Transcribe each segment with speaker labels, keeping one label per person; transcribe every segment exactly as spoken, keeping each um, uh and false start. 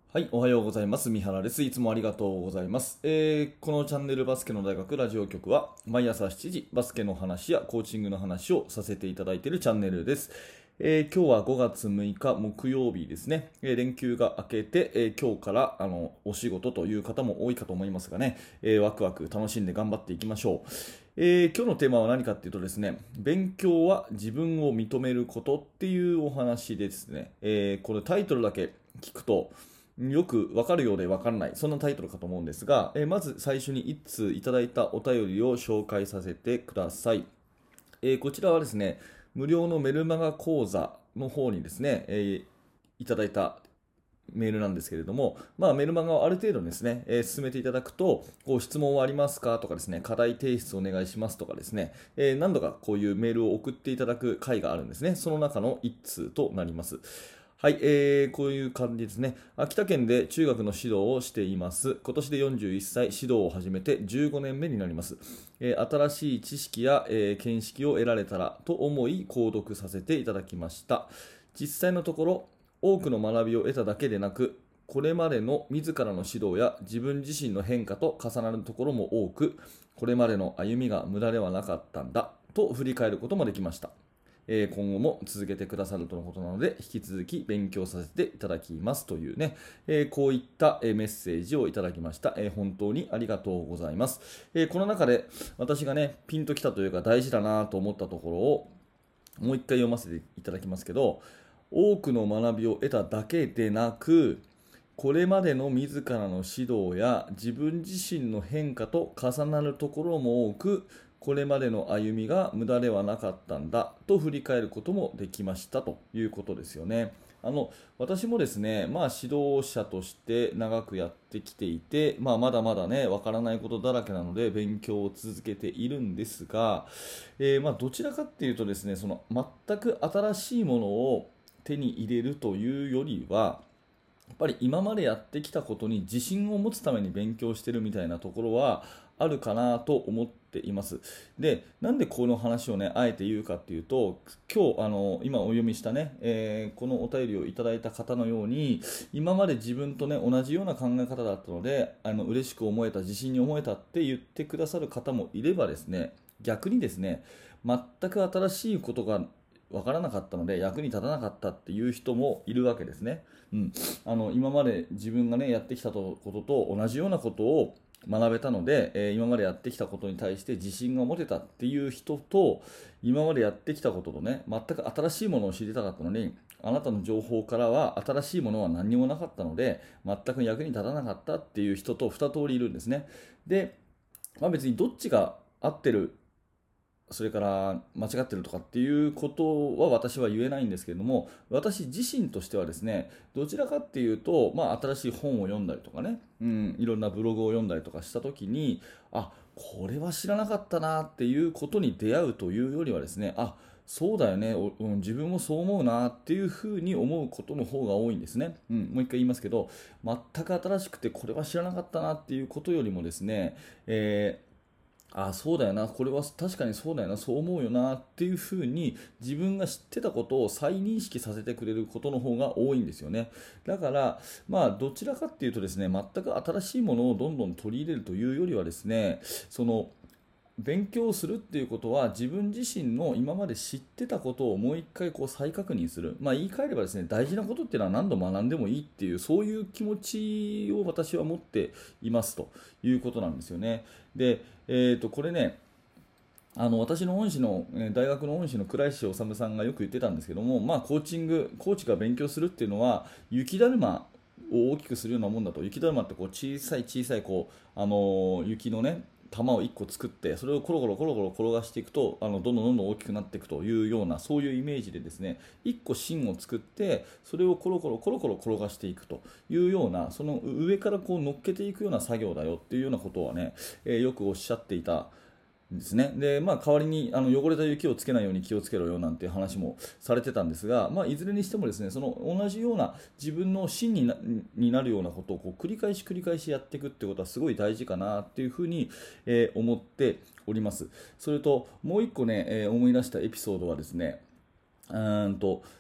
Speaker 1: はい、おはようございます。三原です。いつもありがとうございます。えーこのチャンネルバスケの大学ラジオ局は毎朝しちじバスケの話やコーチングの話をさせていただいているチャンネルです。えー今日はごがつむいか木曜日ですね。えー連休が明けて、えー今日からあのお仕事という方も多いかと思いますがね、えーワクワク楽しんで頑張っていきましょう。えー今日のテーマは何かっていうとですね、勉強は自分を認めることっていうお話ですね。えーこれタイトルだけ聞くと、よくわかるようでわからない、そんなタイトルかと思うんですが、えーまず最初にいっつういただいたお便りを紹介させてください。えーこちらはですね、無料のメルマガ講座の方にですね、えーいただいたメールなんですけれども、まあ、メルマガをある程度ですね、えー進めていただくと、こう質問はありますかとかですね、課題提出お願いしますとかですね、えー何度かこういうメールを送っていただく回があるんですね。その中のいっつうとなります。はい、えー、こういう感じですね。秋田県で中学の指導をしています。今年でよんじゅういっさい、指導を始めてじゅうごねんめになります。えー新しい知識や、えー見識を得られたらと思い、購読させていただきました。実際のところ、多くの学びを得ただけでなく、これまでの自らの指導や自分自身の変化と重なるところも多く、これまでの歩みが無駄ではなかったんだと振り返ることもできました。えー今後も続けてくださるとのことなので、引き続き勉強させていただきますというね、えーこういった、えーメッセージをいただきました、えー本当にありがとうございます。えーこの中で私がね、ピンときたというか大事だなと思ったところをもう一回読ませていただきますけど、多くの学びを得ただけでなく、これまでの自らの指導や自分自身の変化と重なるところも多く、これまでの歩みが無駄ではなかったんだと振り返ることもできましたということですよね。あの私もですね、まあ、指導者として長くやってきていて、まあ、まだまだね、わからないことだらけなので勉強を続けているんですが、えーまあ、どちらかっていうとですね、その全く新しいものを手に入れるというよりは、やっぱり今までやってきたことに自信を持つために勉強してるみたいなところはあるかなと思っています。で、なんでこの話をね、あえて言うかっていうと、今日、あの、今お読みしたね、えーこのお便りをいただいた方のように、今まで自分とね、同じような考え方だったので、あの、嬉しく思えた、自信に思えたって言ってくださる方もいればですね、逆にですね、全く新しいことが分からなかったので役に立たなかったっていう人もいるわけですね。うん、あの今まで自分が、ね、やってきたことと同じようなことを学べたので、えー今までやってきたことに対して自信が持てたっていう人と、今までやってきたこととね、全く新しいものを知りたかったのに、あなたの情報からは新しいものは何にもなかったので全く役に立たなかったっていう人とに通りいるんですね。で、まあ、別にどっちが合ってる、それから間違ってるとかっていうことは私は言えないんですけれども、私自身としてはですね、どちらかっていうと、まあ、新しい本を読んだりとかね、うん、いろんなブログを読んだりとかした時に、あ、これは知らなかったなっていうことに出会うというよりはですね、あ、そうだよね、おうん、自分もそう思うなっていうふうに思うことの方が多いんですね。うん、もう一回言いますけど、全く新しくてこれは知らなかったなっていうことよりもですね、えーあ、そうだよな、これは確かにそうだよな、そう思うよなっていうふうに自分が知ってたことを再認識させてくれることの方が多いんですよね。だから、まあ、どちらかっていうとですね、全く新しいものをどんどん取り入れるというよりはですね、その勉強するっていうことは自分自身の今まで知ってたことをもう一回こう再確認する、まあ、言い換えればですね、大事なことっていうのは何度学んでもいいっていう、そういう気持ちを私は持っていますということなんですよね。で、えー、とこれね、あの私の恩師の、えー大学の恩師の倉石修さんがよく言ってたんですけども、まあ、コーチング、コーチが勉強するっていうのは雪だるまを大きくするようなもんだと。雪だるまってこう小さい小さいこう、あのー雪のね玉をいっこ作って、それをコロコロコロコロ転がしていくと、あのどんどんどんどん大きくなっていくというような、そういうイメージでですね、いっこ芯を作ってそれをコロコロコロコロ転がしていくというような、その上からこう乗っけていくような作業だよっていうようなことはね、えーよくおっしゃっていたですね。で、まあ、代わりにあの汚れた雪をつけないように気をつけろよなんていう話もされてたんですが、まあ、いずれにしてもですね、その同じような自分の芯になになるようなことをこう繰り返し繰り返しやっていくってことはすごい大事かなっていうふうに、えー思っております。それともう一個ね、えー思い出したエピソードはですね、うーんと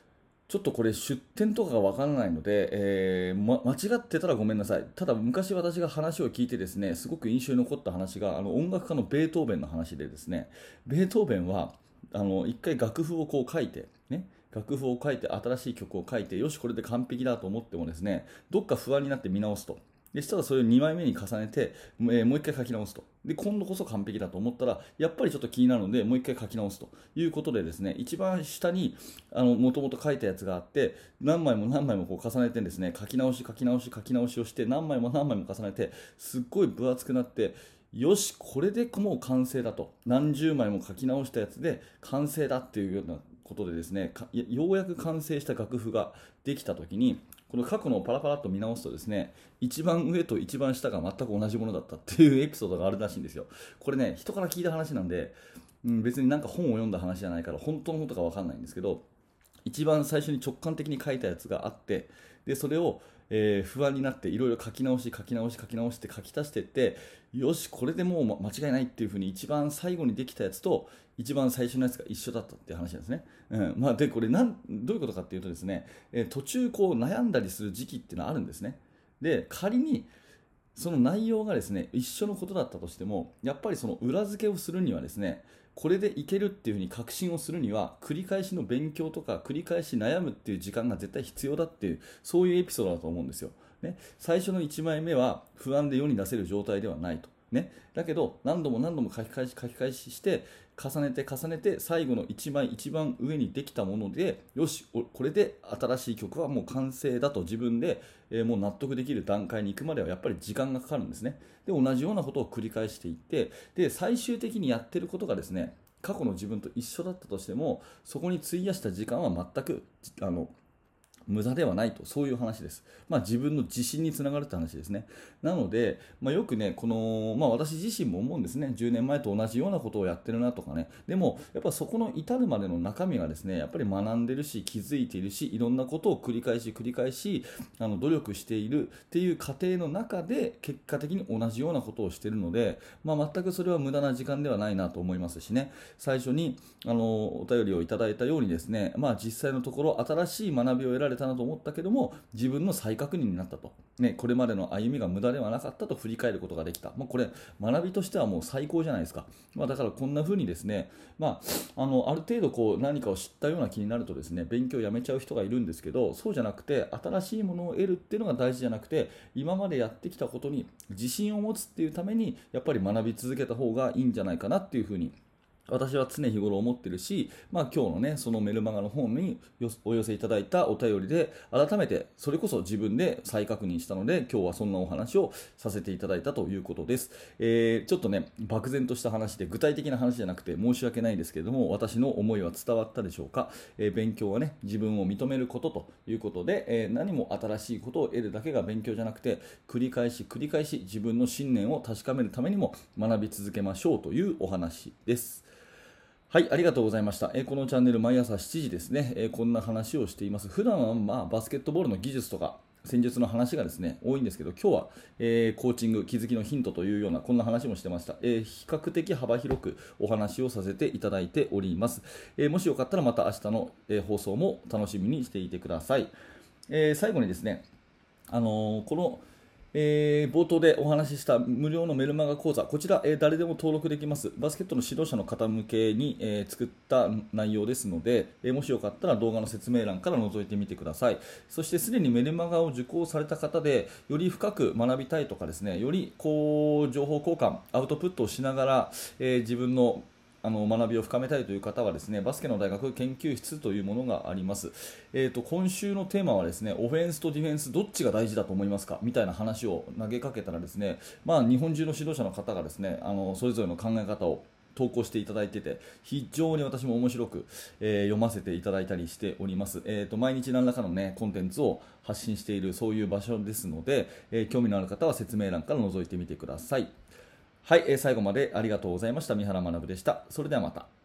Speaker 1: ちょっとこれ出典とかがわからないので、えーま、間違ってたらごめんなさい。ただ昔私が話を聞いてですね、すごく印象に残った話が、あの音楽家のベートーベンの話でですね、ベートーベンはあの一回楽譜をこう書いて、ね、楽譜を書いて新しい曲を書いて、よしこれで完璧だと思ってもですね、どっか不安になって見直すと。でしたらそれをにまいめに重ねて、えーもう一回書き直すと。で、今度こそ完璧だと思ったら、やっぱりちょっと気になるので、もう一回書き直すということでですね、一番下に、あの、もともと書いたやつがあって、何枚も何枚もこう重ねてですね、書き直し書き直し書き直しをして、何枚も何枚も重ねて、すっごい分厚くなって、よし、これでもう完成だと。何十枚も書き直したやつで完成だっていうようなことでですね、かようやく完成した楽譜ができたときに、この過去のをパラパラっと見直すとですね、一番上と一番下が全く同じものだったっていうエピソードがあるらしいんですよ。これね、人から聞いた話なんで、うん、別になんか本を読んだ話じゃないから本当のことか分かんないんですけど、一番最初に直感的に書いたやつがあって、でそれを、えー不安になっていろいろ書き直し書き直し書き直して書き足していって、よしこれでもうま間違いないっていうふうに一番最後にできたやつと一番最初のやつが一緒だったっていう話なんですね。うんまあ、でこれなんどういうことかっていうとですね、えー途中こう悩んだりする時期っていうのはあるんですね。で仮にその内容がですね一緒のことだったとしても、やっぱりその裏付けをするにはですね、これでいけるっていうふうに確信をするには繰り返しの勉強とか繰り返し悩むっていう時間が絶対必要だっていう、そういうエピソードだと思うんですよ、ね、最初のいちまいめは不安で世に出せる状態ではないと、ね、だけど何度も何度も書き返し書き返しして重ねて重ねて最後のいちまい一番上にできたもので、よしおこれで新しい曲はもう完成だと自分で、えーもう納得できる段階に行くまではやっぱり時間がかかるんですね。で同じようなことを繰り返していって、で最終的にやってることがですね過去の自分と一緒だったとしても、そこに費やした時間は全くあの無駄ではないと、そういう話です。まあ、自分の自信につながるって話ですね。なので、まあ、よくね、この、まあ、私自身も思うんですね。じゅうねんまえと同じようなことをやってるなとかね。でも、やっぱそこの至るまでの中身がですね、やっぱり学んでるし、気づいているし、いろんなことを繰り返し繰り返し、あの努力しているっていう過程の中で、結果的に同じようなことをしているので、まあ、全くそれは無駄な時間ではないなと思いますしね。最初にあのお便りをいただいたようにですね、まあ、実際のところ新しい学びを得られたなと思ったけども、自分の再確認になったと、ね、これまでの歩みが無駄ではなかったと振り返ることができた、まあ、これ学びとしてはもう最高じゃないですか、まあ、だからこんな風にですね、まあ、あのある程度こう何かを知ったような気になるとですね勉強をやめちゃう人がいるんですけど、そうじゃなくて新しいものを得るっていうのが大事じゃなくて、今までやってきたことに自信を持つっていうためにやっぱり学び続けた方がいいんじゃないかなっていう風に私は常日頃思ってるし、まあ、今日のねそのメルマガの本によお寄せいただいたお便りで改めてそれこそ自分で再確認したので、今日はそんなお話をさせていただいたということです。えーちょっとね漠然とした話で具体的な話じゃなくて申し訳ないですけれども、私の思いは伝わったでしょうか。えー勉強はね自分を認めることということで、えー何も新しいことを得るだけが勉強じゃなくて、繰り返し繰り返し自分の信念を確かめるためにも学び続けましょうというお話です。はい、ありがとうございました。えーこのチャンネル、毎朝しちじですね、えーこんな話をしています。普段は、まあ、バスケットボールの技術とか、戦術の話がですね、多いんですけど、今日は、えーコーチング、気づきのヒントというような、こんな話もしてました。えー比較的幅広くお話をさせていただいております。えーもしよかったら、また明日の、えー放送も楽しみにしていてください。えー最後にですね、あのーこの、えー冒頭でお話しした無料のメルマガ講座、こちら、えー誰でも登録できます。バスケットの指導者の方向けに、えー作った内容ですので、えーもしよかったら動画の説明欄から覗いてみてください。そしてすでにメルマガを受講された方で、より深く学びたいとかですね、よりこう情報交換、アウトプットをしながら、えー自分のあの学びを深めたいという方はですね、バスケの大学研究室というものがあります。えーと、今週のテーマはですね、オフェンスとディフェンスどっちが大事だと思いますかみたいな話を投げかけたらですね、まあ、日本中の指導者の方がですね、あのそれぞれの考え方を投稿していただいてて、非常に私も面白く、えー読ませていただいたりしております。えーと、毎日何らかの、ね、コンテンツを発信しているそういう場所ですので、えー興味のある方は説明欄から覗いてみてください。はい、えー最後までありがとうございました。三原学でした。それではまた。